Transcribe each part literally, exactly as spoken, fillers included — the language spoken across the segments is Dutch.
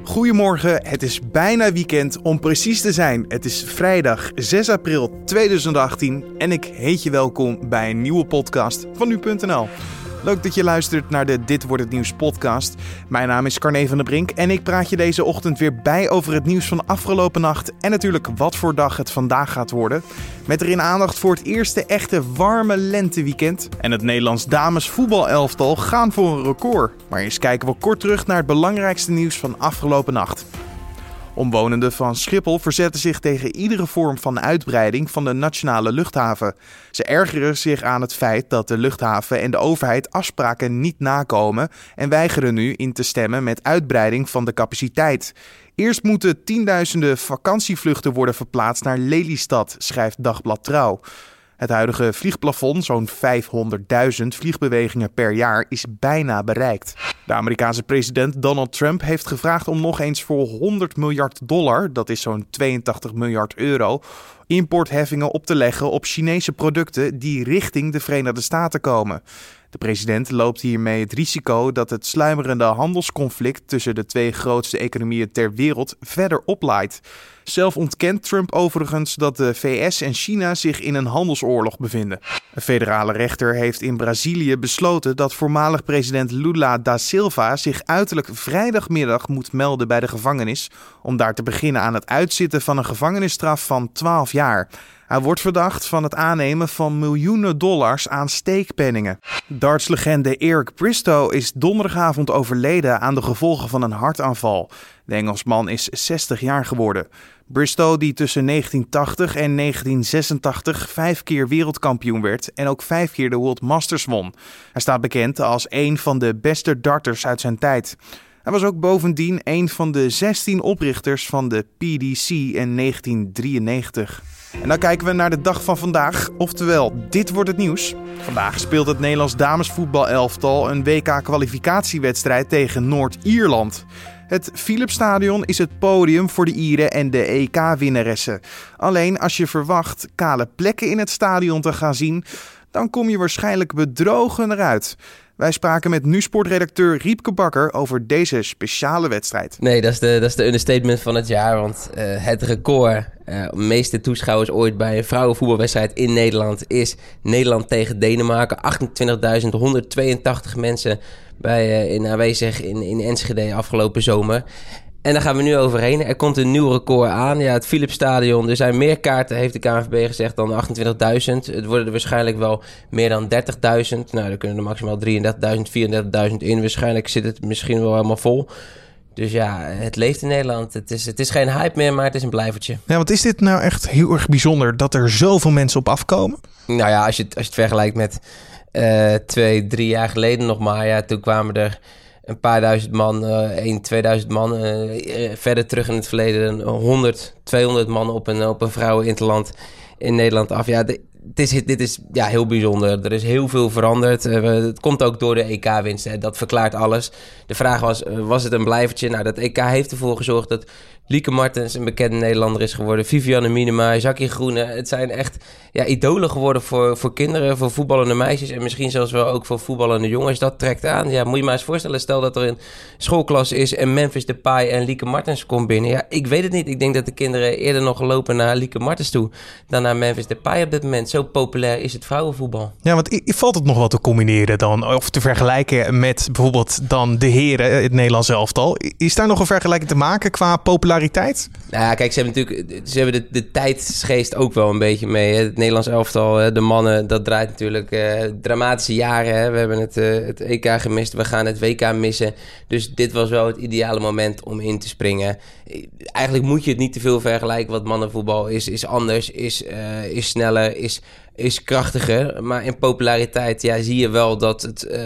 Goedemorgen, het is bijna weekend. Om precies te zijn, het is vrijdag zes april tweeduizend achttien en ik heet je welkom bij een nieuwe podcast van nu punt n l. Leuk dat je luistert naar de Dit Wordt Het Nieuws podcast. Mijn naam is Carne van der Brink en ik praat je deze ochtend weer bij over het nieuws van afgelopen nacht en natuurlijk wat voor dag het vandaag gaat worden. Met erin aandacht voor het eerste echte warme lenteweekend. En het Nederlands damesvoetbalelftal gaan voor een record. Maar eerst kijken we kort terug naar het belangrijkste nieuws van afgelopen nacht. Omwonenden van Schiphol verzetten zich tegen iedere vorm van uitbreiding van de nationale luchthaven. Ze ergeren zich aan het feit dat de luchthaven en de overheid afspraken niet nakomen en weigeren nu in te stemmen met uitbreiding van de capaciteit. Eerst moeten tienduizenden vakantievluchten worden verplaatst naar Lelystad, schrijft Dagblad Trouw. Het huidige vliegplafond, zo'n vijfhonderdduizend vliegbewegingen per jaar, is bijna bereikt. De Amerikaanse president Donald Trump heeft gevraagd om nog eens voor honderd miljard dollar, dat is zo'n tweeëntachtig miljard euro, importheffingen op te leggen op Chinese producten die richting de Verenigde Staten komen. De president loopt hiermee het risico dat het sluimerende handelsconflict tussen de twee grootste economieën ter wereld verder oplaait. Zelf ontkent Trump overigens dat de V S en China zich in een handelsoorlog bevinden. Een federale rechter heeft in Brazilië besloten dat voormalig president Lula da Silva zich uiterlijk vrijdagmiddag moet melden bij de gevangenis om daar te beginnen aan het uitzitten van een gevangenisstraf van twaalf jaar. Hij wordt verdacht van het aannemen van miljoenen dollars aan steekpenningen. Dartslegende Eric Bristow is donderdagavond overleden aan de gevolgen van een hartaanval. De Engelsman is zestig jaar geworden. Bristow, die tussen negentien tachtig en negentien zesentachtig vijf keer wereldkampioen werd en ook vijf keer de World Masters won. Hij staat bekend als een van de beste darters uit zijn tijd. Hij was ook bovendien een van de zestien oprichters van de P D C in negentien drieënnegentig. En dan kijken we naar de dag van vandaag, oftewel dit wordt het nieuws. Vandaag speelt het Nederlands damesvoetbalelftal een W K-kwalificatiewedstrijd tegen Noord-Ierland. Het Philipsstadion is het podium voor de Ieren en de E K-winnaressen. Alleen als je verwacht kale plekken in het stadion te gaan zien, dan kom je waarschijnlijk bedrogen eruit. Wij spraken met nu-sportredacteur Riepke Bakker over deze speciale wedstrijd. Nee, dat is de, dat is de understatement van het jaar. Want uh, het record, uh, de meeste toeschouwers ooit bij een vrouwenvoetbalwedstrijd in Nederland, is Nederland tegen Denemarken. achtentwintigduizend honderdtweeëntachtig mensen bij, uh, in aanwezig in, in Enschede afgelopen zomer. En daar gaan we nu overheen. Er komt een nieuw record aan. Ja, het Philipsstadion. Er zijn meer kaarten, heeft de K N V B gezegd, dan achtentwintigduizend. Het worden er waarschijnlijk wel meer dan dertigduizend. Nou, er kunnen er maximaal drieëndertigduizend, vierendertigduizend in. Waarschijnlijk zit het misschien wel helemaal vol. Dus ja, het leeft in Nederland. Het is, het is geen hype meer, maar het is een blijvertje. Ja, want is dit nou echt heel erg bijzonder dat er zoveel mensen op afkomen? Nou ja, als je, als je het vergelijkt met uh, twee, drie jaar geleden nog maar. Ja, toen kwamen er een paar duizend man, uh, een, tweeduizend man. Uh, verder terug in het verleden honderd, tweehonderd man op een, op een vrouweninterland in Nederland af. Ja, de, dit is, dit is ja, heel bijzonder. Er is heel veel veranderd. Uh, het komt ook door de E K-winst. Dat verklaart alles. De vraag was, uh, was het een blijvertje? Nou, dat E K heeft ervoor gezorgd dat Lieke Martens een bekende Nederlander is geworden. Vivianne Minima, Jackie Groene. Het zijn echt ja, idolen geworden voor, voor kinderen, voor voetballende meisjes en misschien zelfs wel ook voor voetballende jongens. Dat trekt aan. Ja, moet je maar eens voorstellen. Stel dat er een schoolklas is en Memphis Depay en Lieke Martens komt binnen. Ja, ik weet het niet. Ik denk dat de kinderen eerder nog lopen naar Lieke Martens toe dan naar Memphis Depay op dit moment. Zo populair is het vrouwenvoetbal. Ja, want valt het nog wat te combineren dan? Of te vergelijken met bijvoorbeeld dan de heren, het Nederlands elftal? Is daar nog een vergelijking te maken qua populariteit? Nou ja, kijk, ze hebben natuurlijk ze hebben de, de tijdsgeest ook wel een beetje mee. Hè. Het Nederlands elftal, de mannen, dat draait natuurlijk uh, dramatische jaren. Hè. We hebben het, uh, het E K gemist, we gaan het W K missen. Dus dit was wel het ideale moment om in te springen. Eigenlijk moet je het niet te veel vergelijken. Wat mannenvoetbal is, is anders, is, uh, is sneller, is, is krachtiger. Maar in populariteit ja, zie je wel dat het uh,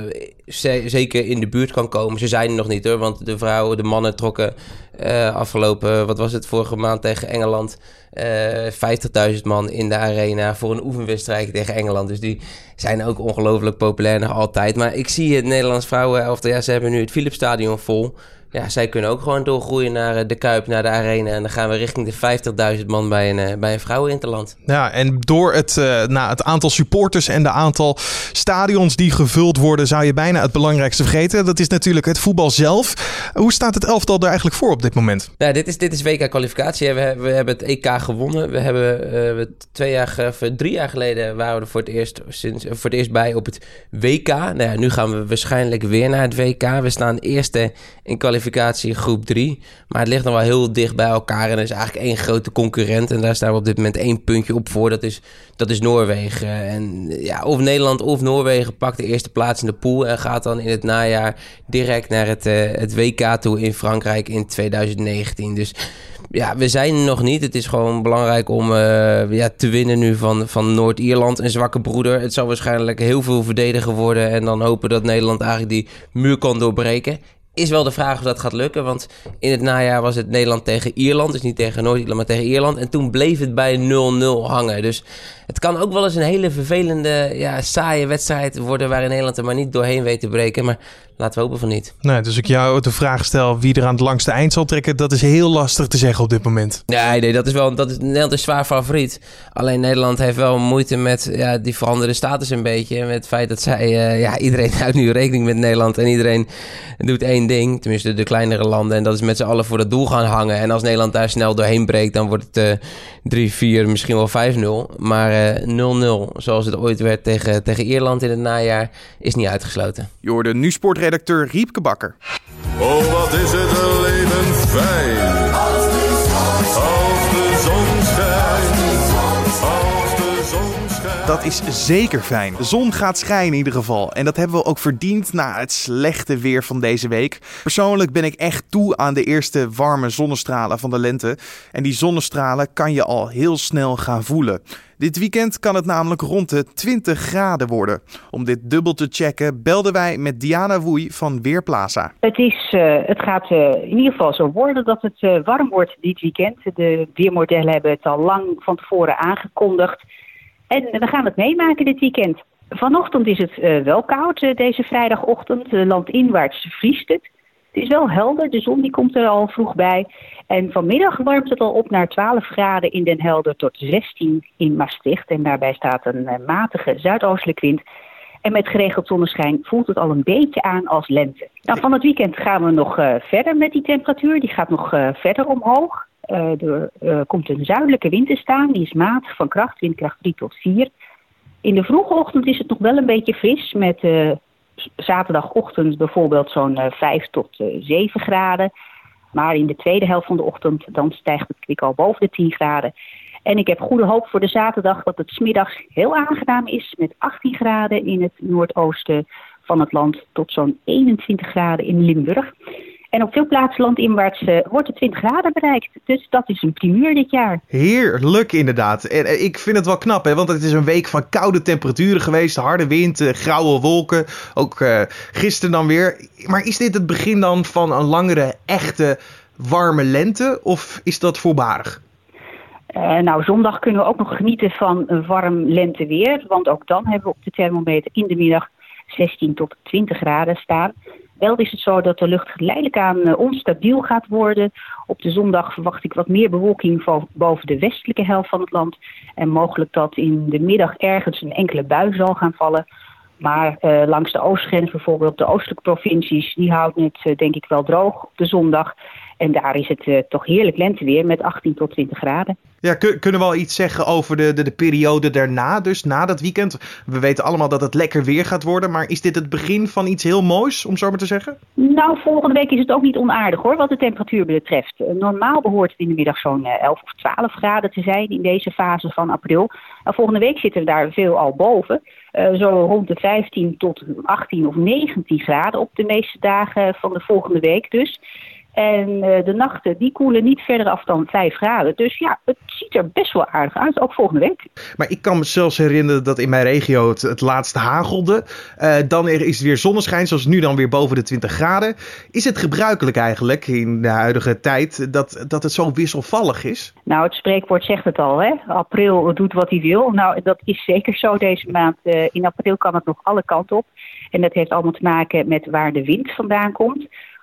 z- zeker in de buurt kan komen. Ze zijn er nog niet hoor, want de vrouwen, de mannen trokken uh, afgelopen, wat was het, vorige maand tegen Engeland, uh, vijftigduizend man in de arena voor een oefenwedstrijd tegen Engeland. Dus die zijn ook ongelooflijk populair nog altijd. Maar ik zie het Nederlands vrouwen, of ja, ze hebben nu het Philipsstadion vol. ja, zij kunnen ook gewoon doorgroeien naar de Kuip, naar de Arena. En dan gaan we richting de vijftigduizend man bij een, bij een vrouweninterland. Ja, en door het, uh, nou, het aantal supporters en de aantal stadions die gevuld worden, zou je bijna het belangrijkste vergeten. Dat is natuurlijk het voetbal zelf. Hoe staat het elftal er eigenlijk voor op dit moment? Ja, dit is, dit is W K-kwalificatie. We, we hebben het E K gewonnen. We hebben uh, we twee jaar, of drie jaar geleden waren we er voor het eerst, sinds, voor het eerst bij op het W K. Nou ja, nu gaan we waarschijnlijk weer naar het W K. We staan eerste in kwalificatie groep drie. Maar het ligt nog wel heel dicht bij elkaar. En er is eigenlijk één grote concurrent. En daar staan we op dit moment één puntje op voor. Dat is, dat is Noorwegen. En ja, of Nederland of Noorwegen pakt de eerste plaats in de pool. En gaat dan in het najaar direct naar het, uh, het W K toe in Frankrijk in twintig negentien. Dus ja, we zijn er nog niet. Het is gewoon belangrijk om uh, ja, te winnen nu van, van Noord-Ierland. Een zwakke broeder. Het zal waarschijnlijk heel veel verdedigen worden. En dan hopen dat Nederland eigenlijk die muur kan doorbreken. Is wel de vraag of dat gaat lukken. Want in het najaar was het Nederland tegen Ierland. Dus niet tegen Noord-Ierland, maar tegen Ierland. En toen bleef het bij nul nul hangen. Dus het kan ook wel eens een hele vervelende, ja, saaie wedstrijd worden waarin Nederland er maar niet doorheen weet te breken. Maar laten we hopen van niet. Nee, dus ik jou de vraag stel wie er aan het langste eind zal trekken, dat is heel lastig te zeggen op dit moment. Nee, nee, dat is wel, dat is, Nederland is zwaar favoriet. Alleen Nederland heeft wel moeite met ja, die veranderde status een beetje. Met het feit dat zij, uh, ja, iedereen houdt nu rekening met Nederland en iedereen doet één ding. Tenminste de kleinere landen. En dat is met z'n allen voor dat doel gaan hangen. En als Nederland daar snel doorheen breekt, dan wordt het uh, drie vier, misschien wel vijf nul. Maar uh, nul nul, zoals het ooit werd tegen, tegen Ierland in het najaar, is niet uitgesloten. Je hoorde nu sportredacteur Riepke Bakker. Oh, wat is het een leven fijn. Als de zon, als de zon schijnt. Als de zon schijnt. Dat is zeker fijn. De zon gaat schijnen in ieder geval. En dat hebben we ook verdiend na het slechte weer van deze week. Persoonlijk ben ik echt toe aan de eerste warme zonnestralen van de lente. En die zonnestralen kan je al heel snel gaan voelen. Dit weekend kan het namelijk rond de twintig graden worden. Om dit dubbel te checken belden wij met Diana Woei van Weerplaza. Het, is, uh, het gaat uh, in ieder geval zo worden dat het uh, warm wordt dit weekend. De weermodellen hebben het al lang van tevoren aangekondigd. En we gaan het meemaken dit weekend. Vanochtend is het uh, wel koud, uh, deze vrijdagochtend. Uh, landinwaarts vriest het. Het is wel helder, de zon die komt er al vroeg bij. En vanmiddag warmt het al op naar twaalf graden in Den Helder tot zestien in Maastricht. En daarbij staat een uh, matige zuidoostelijke wind. En met geregeld zonneschijn voelt het al een beetje aan als lente. Nou, van het weekend gaan we nog uh, verder met die temperatuur. Die gaat nog uh, verder omhoog. Uh, er uh, komt een zuidelijke wind te staan. Die is matig van kracht, windkracht drie tot vier. In de vroege ochtend is het nog wel een beetje fris. Met uh, zaterdagochtend bijvoorbeeld zo'n uh, vijf tot zeven graden. Maar in de tweede helft van de ochtend dan stijgt het kwik al boven de tien graden. En ik heb goede hoop voor de zaterdag dat het 's middags heel aangenaam is. Met achttien graden in het noordoosten van het land tot zo'n eenentwintig graden in Limburg. En op veel plaatsen landinwaarts uh, wordt de twintig graden bereikt. Dus dat is een primeur dit jaar. Heerlijk inderdaad. En ik vind het wel knap, hè, want het is een week van koude temperaturen geweest. Harde wind, uh, grauwe wolken. Ook uh, gisteren dan weer. Maar is dit het begin dan van een langere, echte, warme lente? Of is dat voorbarig? Uh, nou, zondag kunnen we ook nog genieten van een warm lenteweer. Want ook dan hebben we op de thermometer in de middag zestien tot twintig graden staan. Wel is het zo dat de lucht geleidelijk aan uh, onstabiel gaat worden. Op de zondag verwacht ik wat meer bewolking vo- boven de westelijke helft van het land. En mogelijk dat in de middag ergens een enkele bui zal gaan vallen. Maar uh, langs de oostgrens, bijvoorbeeld de oostelijke provincies, die houden het uh, denk ik wel droog op de zondag. En daar is het uh, toch heerlijk lenteweer met achttien tot twintig graden. Ja, kun, kunnen we al iets zeggen over de, de, de periode daarna, dus na dat weekend? We weten allemaal dat het lekker weer gaat worden, maar is dit het begin van iets heel moois, om zo maar te zeggen? Nou, volgende week is het ook niet onaardig hoor, wat de temperatuur betreft. Normaal behoort het in de middag zo'n elf of twaalf graden te zijn in deze fase van april. Nou, volgende week zitten we daar veel al boven. Uh, zo rond de vijftien tot achttien of negentien graden op de meeste dagen van de volgende week dus. En uh, de nachten die koelen niet verder af dan vijf graden. Dus ja, het ziet er best wel aardig uit, ook volgende week. Maar ik kan me zelfs herinneren dat in mijn regio het, het laatst hagelde. Uh, dan is het weer zonneschijn, zoals nu dan weer boven de twintig graden. Is het gebruikelijk eigenlijk in de huidige tijd dat, dat het zo wisselvallig is? Nou, het spreekwoord zegt het al, hè. April doet wat hij wil. Nou, dat is zeker zo deze maand. Uh, in april kan het nog alle kanten op. En dat heeft allemaal te maken met waar de wind vandaan komt.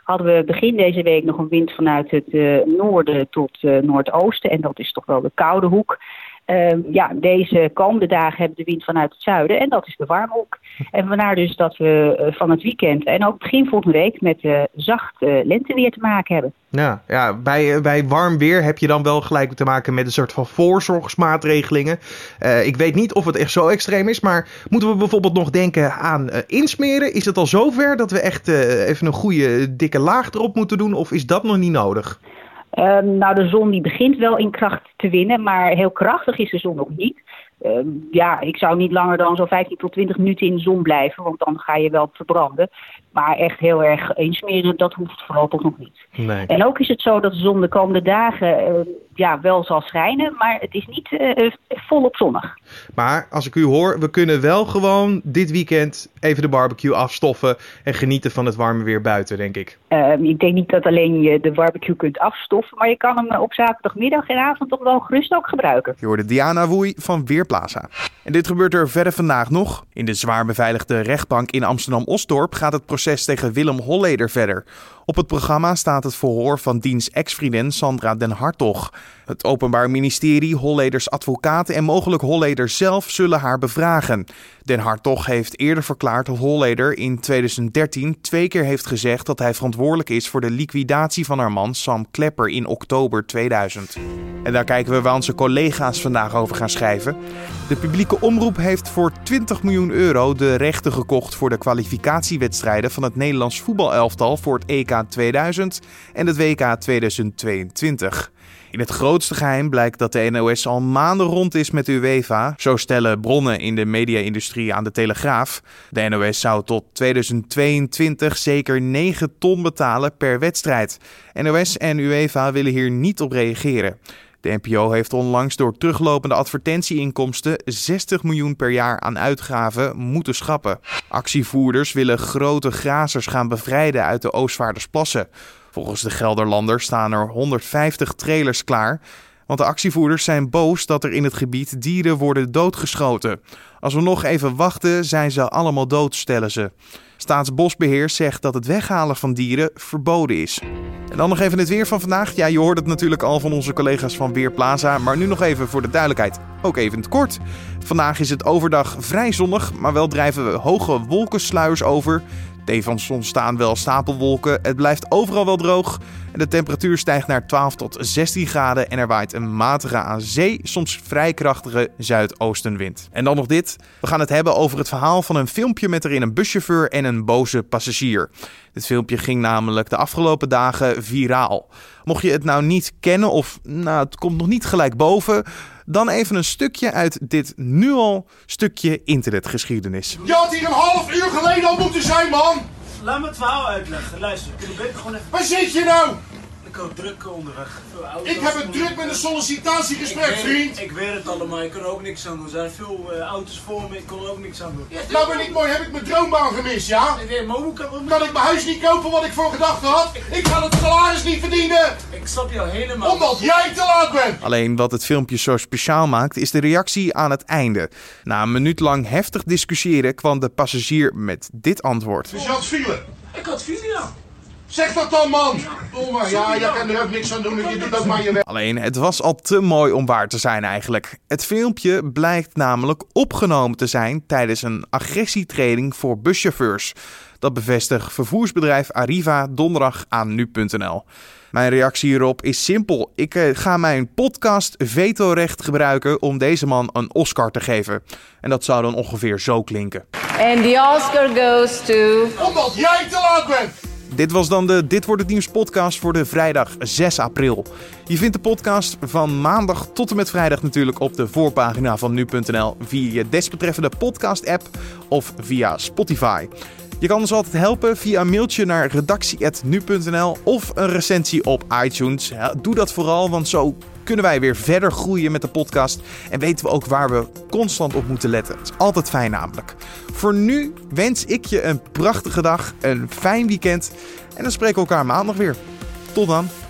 hadden we begin deze week nog een wind vanuit het uh, noorden tot uh, noordoosten. En dat is toch wel de koude hoek. Uh, ja, deze komende dagen hebben we de wind vanuit het zuiden en dat is de warme hoek. En vandaar dus dat we uh, van het weekend en ook begin volgende week met uh, zacht uh, lenteweer te maken hebben. Ja, ja bij, bij warm weer heb je dan wel gelijk te maken met een soort van voorzorgsmaatregelingen. Uh, ik weet niet of het echt zo extreem is, maar moeten we bijvoorbeeld nog denken aan uh, insmeren? Is het al zover dat we echt uh, even een goede dikke laag erop moeten doen of is dat nog niet nodig? Uh, nou, de zon die begint wel in kracht te winnen, maar heel krachtig is de zon nog niet. Uh, ja, ik zou niet langer dan zo'n vijftien tot twintig minuten in de zon blijven, want dan ga je wel verbranden. Maar echt heel erg insmeren, dat hoeft voorlopig nog niet. Nee. En ook is het zo dat de zon de komende dagen uh, ja, wel zal schijnen, maar het is niet uh, volop zonnig. Maar als ik u hoor, we kunnen wel gewoon dit weekend even de barbecue afstoffen en genieten van het warme weer buiten, denk ik. Uh, ik denk niet dat alleen je de barbecue kunt afstoffen, maar je kan hem op zaterdagmiddag en avond toch wel gerust ook gebruiken. Je hoorde Diana Woei van Weerplaza. En dit gebeurt er verder vandaag nog. In de zwaar beveiligde rechtbank in Amsterdam-Osdorp gaat het proces tegen Willem Holleder verder. Op het programma staat het verhoor van diens ex-vriendin Sandra den Hartog. Het Openbaar Ministerie, Holleders advocaten en mogelijk Holleder zelf zullen haar bevragen. Den Hartog heeft eerder verklaard dat Holleder in tweeduizend dertien twee keer heeft gezegd dat hij verantwoordelijk is voor de liquidatie van haar man Sam Klepper in oktober tweeduizend. En daar kijken we waar onze collega's vandaag over gaan schrijven. De publieke omroep heeft voor twintig miljoen euro de rechten gekocht voor de kwalificatiewedstrijden van het Nederlands voetbalelftal voor het E K tweeduizend en het W K tweeduizend tweeëntwintig. In het grootste geheim blijkt dat de N O S al maanden rond is met de UEFA. Zo stellen bronnen in de media-industrie aan de Telegraaf. De N O S zou tot tweeduizend tweeëntwintig zeker negen ton betalen per wedstrijd. N O S en UEFA willen hier niet op reageren. De N P O heeft onlangs door teruglopende advertentieinkomsten zestig miljoen per jaar aan uitgaven moeten schrappen. Actievoerders willen grote grazers gaan bevrijden uit de Oostvaardersplassen. Volgens de Gelderlander staan er honderdvijftig trailers klaar, want de actievoerders zijn boos dat er in het gebied dieren worden doodgeschoten. Als we nog even wachten, zijn ze allemaal dood, stellen ze. Staatsbosbeheer zegt dat het weghalen van dieren verboden is. En dan nog even het weer van vandaag. Ja, je hoort het natuurlijk al van onze collega's van Weerplaza, maar nu nog even voor de duidelijkheid. Ook even in het kort. Vandaag is het overdag vrij zonnig, maar wel drijven we hoge wolkensluiers over. Tevens ontstaan wel stapelwolken. Het blijft overal wel droog. En de temperatuur stijgt naar twaalf tot zestien graden. En er waait een matige aan zee, soms vrij krachtige zuidoostenwind. En dan nog dit. We gaan het hebben over het verhaal van een filmpje met erin een buschauffeur en een boze passagier. Dit filmpje ging namelijk de afgelopen dagen viraal. Mocht je het nou niet kennen of nou, het komt nog niet gelijk boven, dan even een stukje uit dit nu al stukje internetgeschiedenis. Je had hier een half uur geleden al moeten zijn, man! Laat me het verhaal uitleggen. Luister, kun je beter gewoon even... Waar zit je nou? Ik had druk onderweg. Ik heb een druk met een sollicitatiegesprek, ik weet, vriend. Ik weet het allemaal, ik kan er ook niks aan doen. Er zijn veel uh, auto's voor me, ik kon er ook niks aan doen. Ja, nou ben ik mooi, heb ik mijn droombaan gemist, ja? Nee, maar hoe kan, hoe kan ik mijn huis niet kopen wat ik voor gedacht had? Ik ga het salaris niet verdienen! Ik snap jou helemaal. Omdat jij te laat bent! Alleen wat het filmpje zo speciaal maakt, is de reactie aan het einde. Na een minuut lang heftig discussiëren kwam de passagier met dit antwoord. Dus je had file? Ik had file, ja. Zeg dat dan, man! Oh, maar ja, je kan er ook niks aan doen, je doet ook maar je werk. Alleen, het was al te mooi om waar te zijn eigenlijk. Het filmpje blijkt namelijk opgenomen te zijn tijdens een agressietraining voor buschauffeurs. Dat bevestigt vervoersbedrijf Arriva donderdag aan nu punt n l. Mijn reactie hierop is simpel. Ik uh, ga mijn podcast vetorecht gebruiken om deze man een Oscar te geven. En dat zou dan ongeveer zo klinken. En the Oscar goes to... Omdat jij te laat bent! Dit was dan de Dit Wordt Het Nieuws podcast voor de vrijdag zes april. Je vindt de podcast van maandag tot en met vrijdag natuurlijk op de voorpagina van nu punt n l via je desbetreffende podcast app of via Spotify. Je kan ons altijd helpen via een mailtje naar redactie apenstaartje nu punt n l of een recensie op iTunes. Ja, doe dat vooral, want zo kunnen wij weer verder groeien met de podcast en weten we ook waar we constant op moeten letten. Het is altijd fijn namelijk. Voor nu wens ik je een prachtige dag, een fijn weekend en dan spreken we elkaar maandag weer. Tot dan.